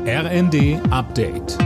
RND Update.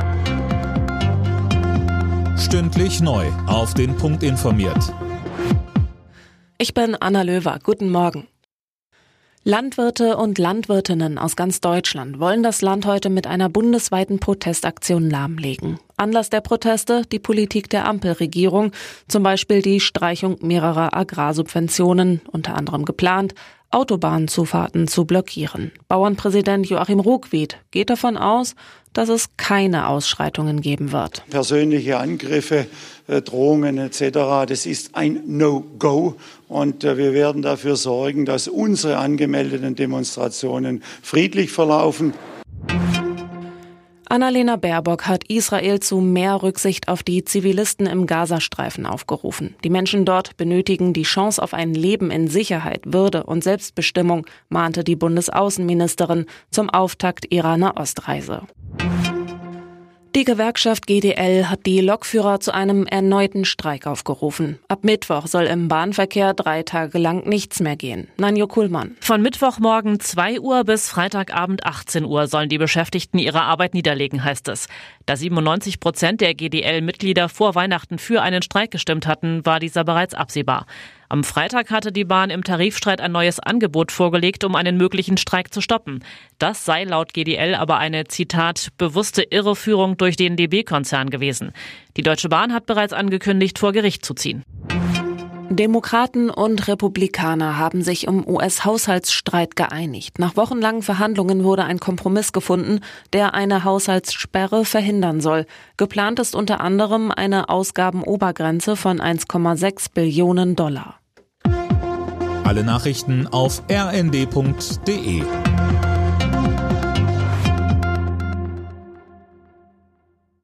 Stündlich neu auf den Punkt informiert. Ich bin Anna Löwer. Guten Morgen. Landwirte und Landwirtinnen aus ganz Deutschland wollen das Land heute mit einer bundesweiten Protestaktion lahmlegen. Anlass der Proteste die Politik der Ampelregierung, zum Beispiel die Streichung mehrerer Agrarsubventionen, unter anderem geplant, Autobahnzufahrten zu blockieren. Bauernpräsident Joachim Ruckwied geht davon aus, dass es keine Ausschreitungen geben wird. Persönliche Angriffe, Drohungen etc., das ist ein No-Go. Und wir werden dafür sorgen, dass unsere angemeldeten Demonstrationen friedlich verlaufen. Annalena Baerbock hat Israel zu mehr Rücksicht auf die Zivilisten im Gazastreifen aufgerufen. Die Menschen dort benötigen die Chance auf ein Leben in Sicherheit, Würde und Selbstbestimmung, mahnte die Bundesaußenministerin zum Auftakt ihrer Nahostreise. Die Gewerkschaft GDL hat die Lokführer zu einem erneuten Streik aufgerufen. Ab Mittwoch soll im Bahnverkehr 3 Tage lang nichts mehr gehen. Nanjo Kuhlmann. Von Mittwochmorgen 2 Uhr bis Freitagabend 18 Uhr sollen die Beschäftigten ihre Arbeit niederlegen, heißt es. Da 97% der GDL-Mitglieder vor Weihnachten für einen Streik gestimmt hatten, war dieser bereits absehbar. Am Freitag hatte die Bahn im Tarifstreit ein neues Angebot vorgelegt, um einen möglichen Streik zu stoppen. Das sei laut GDL aber eine, Zitat, bewusste Irreführung durch den DB-Konzern gewesen. Die Deutsche Bahn hat bereits angekündigt, vor Gericht zu ziehen. Demokraten und Republikaner haben sich im US-Haushaltsstreit geeinigt. Nach wochenlangen Verhandlungen wurde ein Kompromiss gefunden, der eine Haushaltssperre verhindern soll. Geplant ist unter anderem eine Ausgabenobergrenze von 1,6 Billionen $. Alle Nachrichten auf rnd.de.